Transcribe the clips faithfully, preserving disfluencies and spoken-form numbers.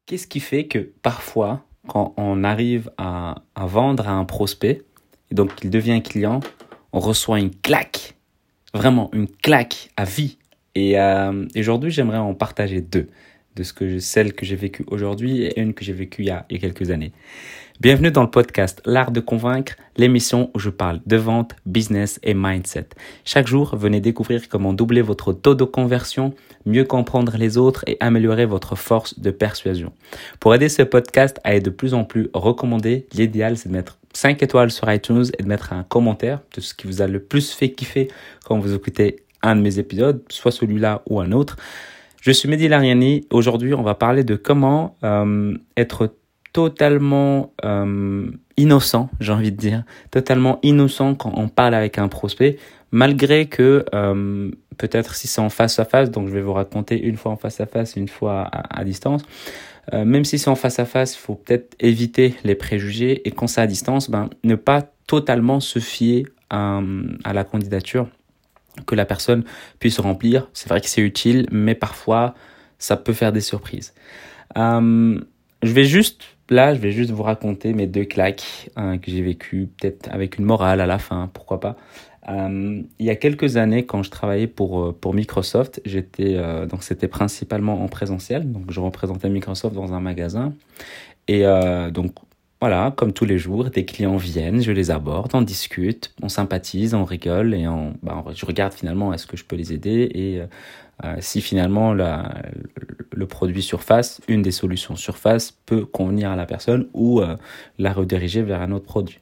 Qu'est-ce qui fait que parfois, quand on arrive à, à vendre à un prospect, et donc qu'il devient client, on reçoit une claque, vraiment une claque à vie. Et euh, aujourd'hui, j'aimerais en partager deux, de ce que je, celle que j'ai vécue aujourd'hui et une que j'ai vécue il y a, il y a quelques années. Bienvenue dans le podcast L'Art de Convaincre, l'émission où je parle de vente, business et mindset. Chaque jour, venez découvrir comment doubler votre taux de conversion, mieux comprendre les autres et améliorer votre force de persuasion. Pour aider ce podcast à être de plus en plus recommandé, l'idéal c'est de mettre cinq étoiles sur iTunes et de mettre un commentaire de ce qui vous a le plus fait kiffer quand vous écoutez un de mes épisodes, soit celui-là ou un autre. Je suis Mehdi Lariani. Aujourd'hui, on va parler de comment euh, être totalement euh, innocent, j'ai envie de dire, totalement innocent quand on parle avec un prospect, malgré que euh, peut-être si c'est en face à face, donc je vais vous raconter une fois en face à face, une fois à, à distance, euh, même si c'est en face à face, il faut peut-être éviter les préjugés et quand c'est à distance, ben, ne pas totalement se fier à, à la candidature que la personne puisse remplir. C'est vrai que c'est utile, mais parfois, ça peut faire des surprises. Euh, je vais juste, là, je vais juste vous raconter mes deux claques hein, que j'ai vécues, peut-être avec une morale à la fin, pourquoi pas. Euh, il y a quelques années, quand je travaillais pour, pour Microsoft, j'étais, euh, donc c'était principalement en présentiel, donc je représentais Microsoft dans un magasin. Et euh, donc, voilà, comme tous les jours, des clients viennent, je les aborde, on discute, on sympathise, on rigole et on, bah, je regarde finalement est-ce que je peux les aider et euh, si finalement la, le produit Surface, une des solutions Surface peut convenir à la personne ou euh, la rediriger vers un autre produit.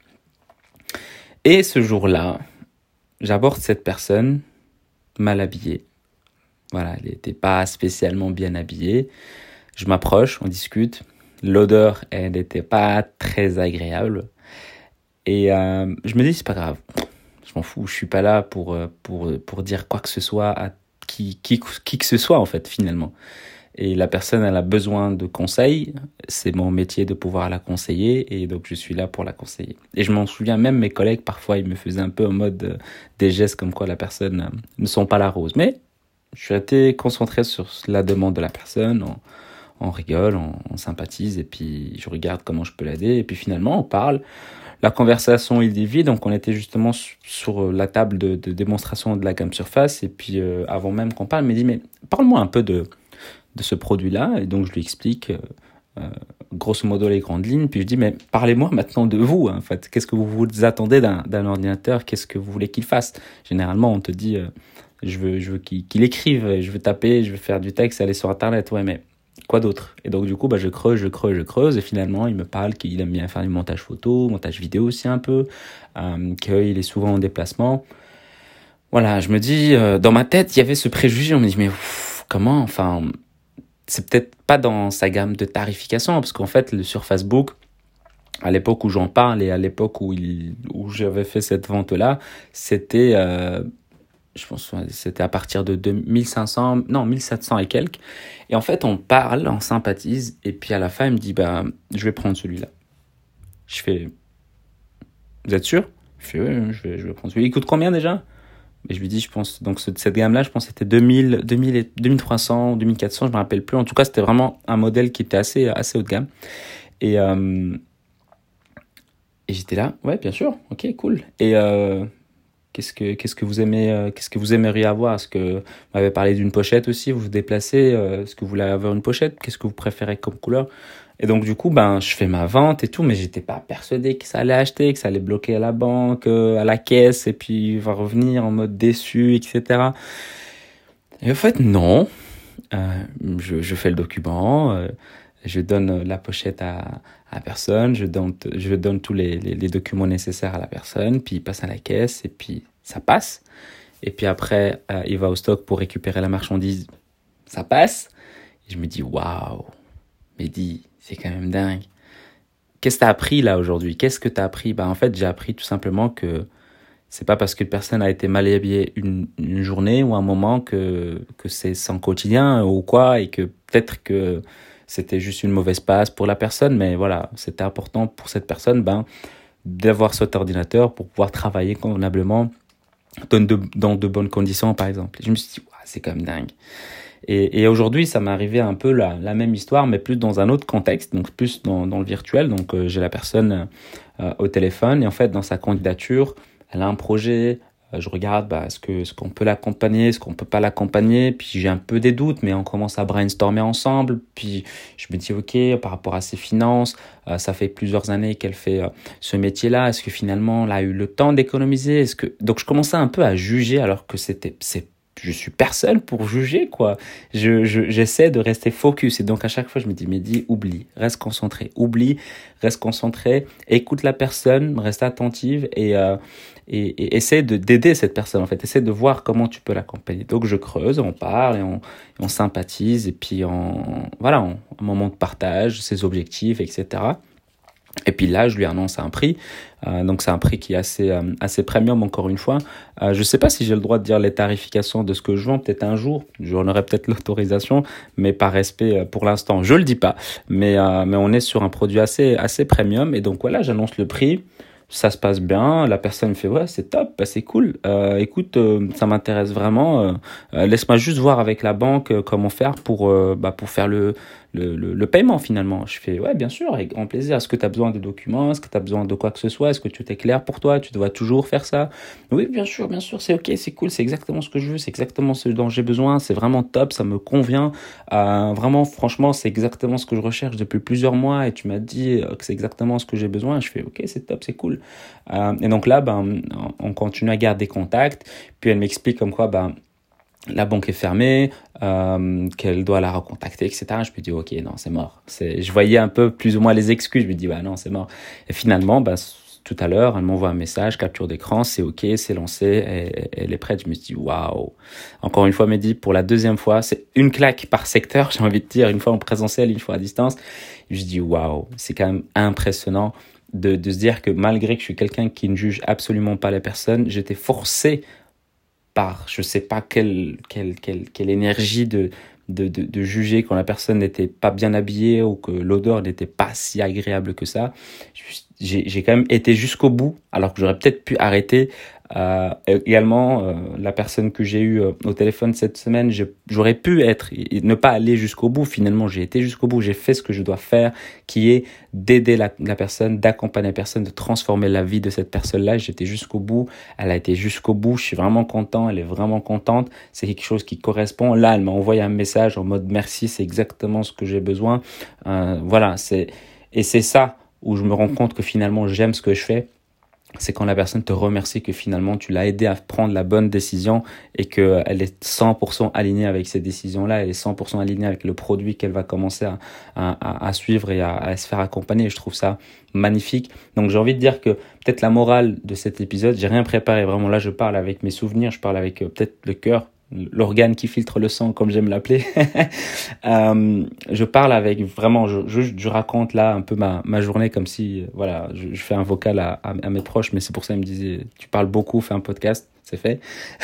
Et ce jour-là, j'aborde cette personne mal habillée. Voilà, elle n'était pas spécialement bien habillée. Je m'approche, on discute. L'odeur, elle n'était pas très agréable. Et euh, je me dis, c'est pas grave. Je m'en fous. Je suis pas là pour, pour, pour dire quoi que ce soit à qui, qui, qui que ce soit, en fait, finalement. Et la personne, elle a besoin de conseils. C'est mon métier de pouvoir la conseiller. Et donc, je suis là pour la conseiller. Et je m'en souviens, même mes collègues, parfois, ils me faisaient un peu en mode euh, des gestes comme quoi la personne euh, ne sont pas la rose. Mais je suis resté concentré sur la demande de la personne. En, on rigole, on, on sympathise et puis je regarde comment je peux l'aider et puis finalement on parle. La conversation il est vide, donc on était justement su- sur la table de, de démonstration de la gamme Surface et puis euh, avant même qu'on parle, il me dit mais parle-moi un peu de, de ce produit-là et donc je lui explique euh, euh, grosso modo les grandes lignes puis je dis mais parlez-moi maintenant de vous hein, en fait, qu'est-ce que vous vous attendez d'un, d'un ordinateur, qu'est-ce que vous voulez qu'il fasse? Généralement on te dit euh, je veux, je veux qu'il, qu'il écrive, je veux taper, je veux faire du texte, aller sur internet, ouais mais quoi d'autre? Et donc du coup bah je creuse, je creuse, je creuse et finalement il me parle qu'il aime bien faire du montage photo, montage vidéo aussi un peu, euh, qu'il est souvent en déplacement. Voilà, je me dis euh, dans ma tête il y avait ce préjugé, on me dit mais ouf, comment, enfin c'est peut-être pas dans sa gamme de tarification parce qu'en fait le sur Facebook à l'époque où j'en parle et à l'époque où il où j'avais fait cette vente là, c'était euh, je pense que c'était à partir de deux mille cinq cents, non, mille sept cents et quelques. Et en fait, on parle, on sympathise, et puis à la fin, il me dit, bah, je vais prendre celui-là. Je fais, vous êtes sûr? Je fais, oui, je vais, je vais prendre celui-là. Il coûte combien déjà? Et je lui dis, je pense, donc ce, cette gamme-là, je pense que c'était deux mille, deux mille, et- deux mille trois cents, deux mille quatre cents, je me rappelle plus. En tout cas, c'était vraiment un modèle qui était assez, assez haut de gamme. Et, euh, et j'étais là, ouais, bien sûr, ok, cool. Et, euh, Qu'est-ce que, qu'est-ce que vous aimez, euh, qu'est-ce que vous aimeriez avoir? Est-ce que vous m'avez parlé d'une pochette aussi, vous vous déplacez, euh, est-ce que vous voulez avoir une pochette? Qu'est-ce que vous préférez comme couleur? Et donc, du coup, ben, je fais ma vente et tout, mais j'étais pas persuadé que ça allait acheter, que ça allait bloquer à la banque, euh, à la caisse, et puis il va revenir en mode déçu, et cetera. Et en fait, non. Euh, je, je fais le document, euh, je donne la pochette à, à la personne, je donne, je donne tous les, les, les documents nécessaires à la personne, puis il passe à la caisse et puis ça passe. Et puis après, euh, il va au stock pour récupérer la marchandise, ça passe. Et je me dis, waouh, Mehdi, c'est quand même dingue. Qu'est-ce que t'as appris là aujourd'hui? Qu'est-ce que t'as appris? Bah, en fait, j'ai appris tout simplement que c'est pas parce qu'une personne a été mal habillée une, une journée ou un moment que, que c'est son quotidien ou quoi, et que peut-être que c'était juste une mauvaise passe pour la personne, mais voilà, c'était important pour cette personne ben, d'avoir cet ordinateur pour pouvoir travailler convenablement dans de, dans de bonnes conditions, par exemple. Et je me suis dit, ouais, c'est quand même dingue. Et, et aujourd'hui, ça m'est arrivé un peu la, la même histoire, mais plus dans un autre contexte, donc plus dans, dans le virtuel. Donc, euh, j'ai la personne euh, au téléphone et en fait, dans sa candidature, elle a un projet. Euh, je regarde, bah, est-ce que, est-ce qu'on peut l'accompagner, est-ce qu'on peut pas l'accompagner. Puis j'ai un peu des doutes, mais on commence à brainstormer ensemble. Puis je me dis, ok, par rapport à ses finances, euh, ça fait plusieurs années qu'elle fait euh, ce métier-là. Est-ce que finalement, elle a eu le temps d'économiser? Est-ce que... Donc je commençais un peu à juger alors que c'était, c'est je suis personne pour juger, quoi. Je, je, j'essaie de rester focus. Et donc, à chaque fois, je me dis, Mehdi, oublie, reste concentré, oublie, reste concentré, écoute la personne, reste attentive et, euh, et, et essaie de, d'aider cette personne, en fait. Essaie de voir comment tu peux l'accompagner. Donc, je creuse, on parle et on, et on sympathise. Et puis, on, voilà, on, un moment de partage, ses objectifs, et cetera. Et puis là, je lui annonce un prix. Euh, donc, c'est un prix qui est assez, euh, assez premium, encore une fois. Euh, je ne sais pas si j'ai le droit de dire les tarifications de ce que je vends. Peut-être un jour, j'en aurai peut-être l'autorisation. Mais par respect, pour l'instant, je ne le dis pas. Mais, euh, mais on est sur un produit assez, assez premium. Et donc, voilà, j'annonce le prix. Ça se passe bien, la personne me fait ouais c'est top, bah, c'est cool, euh, écoute euh, ça m'intéresse vraiment, euh, euh, laisse-moi juste voir avec la banque euh, comment faire pour, euh, bah, pour faire le, le, le, le paiement finalement. Je fais ouais bien sûr, avec grand plaisir, est-ce que tu as besoin de documents, est-ce que tu as besoin de quoi que ce soit, est-ce que tout est clair pour toi, tu dois toujours faire ça? Oui bien sûr, bien sûr, c'est ok, c'est cool, c'est exactement ce que je veux, c'est exactement ce dont j'ai besoin, c'est vraiment top, ça me convient, euh, vraiment franchement c'est exactement ce que je recherche depuis plusieurs mois et tu m'as dit que c'est exactement ce que j'ai besoin. Je fais ok c'est top, c'est cool. Euh, et donc là, ben, on continue à garder contact. Puis elle m'explique comme quoi ben, la banque est fermée, euh, qu'elle doit la recontacter, et cetera. Je me dis, ok, non, c'est mort. C'est... Je voyais un peu plus ou moins les excuses. Je me dis, bah non, c'est mort. Et finalement, ben, tout à l'heure, elle m'envoie un message, capture d'écran, c'est ok, c'est lancé, elle, elle est prête. Je me dis, waouh. Encore une fois, Mehdi, pour la deuxième fois, c'est une claque par secteur, j'ai envie de dire, une fois en présentiel, une fois à distance. Je dis, waouh, c'est quand même impressionnant. De, de se dire que malgré que je suis quelqu'un qui ne juge absolument pas les personnes, j'étais forcé par je sais pas quelle, quelle, quelle, quelle énergie de, de, de, de juger quand la personne n'était pas bien habillée ou que l'odeur n'était pas si agréable que ça. J'ai, j'ai quand même été jusqu'au bout, alors que j'aurais peut-être pu arrêter. Euh, également, euh, la personne que j'ai eue euh, au téléphone cette semaine, je, j'aurais pu être, et ne pas aller jusqu'au bout. Finalement, j'ai été jusqu'au bout. J'ai fait ce que je dois faire, qui est d'aider la, la personne, d'accompagner la personne, de transformer la vie de cette personne-là. J'étais jusqu'au bout. Elle a été jusqu'au bout. Je suis vraiment content. Elle est vraiment contente. C'est quelque chose qui correspond. Là, elle m'a envoyé un message en mode merci. C'est exactement ce que j'ai besoin. Euh, voilà. C'est, et c'est ça où je me rends compte que finalement, j'aime ce que je fais. C'est quand la personne te remercie que finalement tu l'as aidé à prendre la bonne décision et qu'elle est cent pour cent alignée avec ces décisions-là, elle est cent pour cent alignée avec le produit qu'elle va commencer à, à, à suivre et à, à se faire accompagner. Je trouve ça magnifique. Donc j'ai envie de dire que peut-être la morale de cet épisode, j'ai rien préparé, vraiment là je parle avec mes souvenirs, je parle avec euh, peut-être le cœur, l'organe qui filtre le sang comme j'aime l'appeler. euh, je parle avec vraiment, je, je, je raconte là un peu ma, ma journée comme si, euh, voilà, je, je fais un vocal à, à, à mes proches, mais c'est pour ça qu'ils me disaient, tu parles beaucoup, fais un podcast, c'est fait.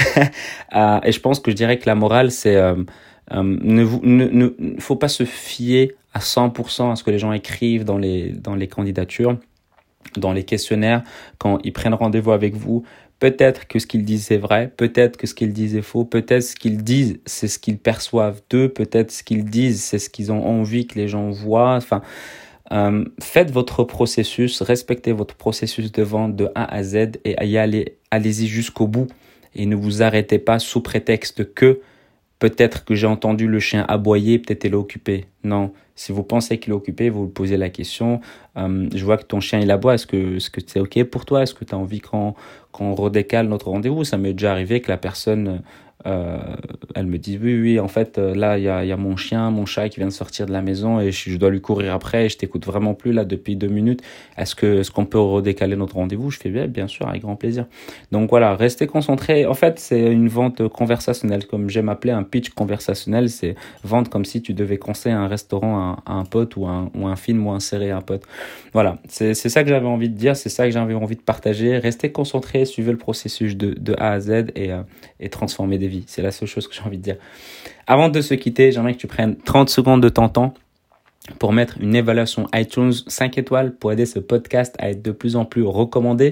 euh, et je pense que je dirais que la morale, c'est, euh, euh, ne, ne, ne faut pas se fier à cent pour cent à ce que les gens écrivent dans les, dans les candidatures, dans les questionnaires, quand ils prennent rendez-vous avec vous. Peut-être que ce qu'ils disent c'est vrai, peut-être que ce qu'ils disent est faux, peut-être ce qu'ils disent c'est ce qu'ils perçoivent d'eux, peut-être ce qu'ils disent c'est ce qu'ils ont envie que les gens voient. Enfin, euh, faites votre processus, respectez votre processus de vente de A à Z et y allez, allez-y jusqu'au bout et ne vous arrêtez pas sous prétexte que peut-être que j'ai entendu le chien aboyer, peut-être il est occupé. Non, si vous pensez qu'il est occupé, vous vous posez la question. Euh, je vois que ton chien il aboie, est-ce que, est-ce que c'est ok pour toi? Est-ce que tu as envie qu'on, qu'on redécale notre rendez-vous? Ça m'est déjà arrivé que la personne, euh, elle me dit oui, oui, en fait, là, il y a, y a mon chien, mon chat qui vient de sortir de la maison et je, je dois lui courir après et je t'écoute vraiment plus là depuis deux minutes. Est-ce que, est-ce qu'on peut redécaler notre rendez-vous? Je fais bien, bien sûr, avec grand plaisir. Donc voilà, restez concentrés. En fait, c'est une vente conversationnelle, comme j'aime appeler un pitch conversationnel. C'est vendre comme si tu devais conseiller un restaurant à, à un pote ou un, ou un film ou un série à un pote. Voilà, c'est, c'est ça que j'avais envie de dire, c'est ça que j'avais envie de partager. Restez concentrés, suivez le processus de, de A à Z et, euh, et transformez des vies. C'est la seule chose que j'ai envie de dire. Avant de se quitter, j'aimerais que tu prennes trente secondes de ton temps pour mettre une évaluation iTunes cinq étoiles pour aider ce podcast à être de plus en plus recommandé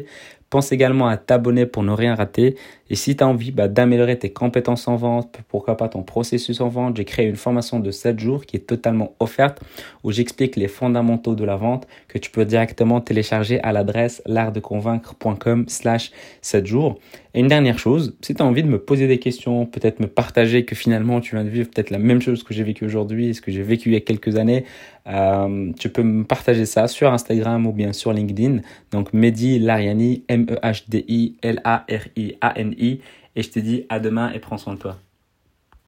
Pense également à t'abonner pour ne rien rater. Et si tu as envie bah, d'améliorer tes compétences en vente, pourquoi pas ton processus en vente, j'ai créé une formation de sept jours qui est totalement offerte où j'explique les fondamentaux de la vente que tu peux directement télécharger à l'adresse l'artdeconvaincre.com slash 7 jours. Et une dernière chose, si tu as envie de me poser des questions, peut-être me partager que finalement tu viens de vivre peut-être la même chose que j'ai vécu aujourd'hui, ce que j'ai vécu il y a quelques années, euh, tu peux me partager ça sur Instagram ou bien sur LinkedIn. Donc Mehdi Lariani, M E H D I L A R I A N I. Et je te dis à demain et prends soin de toi.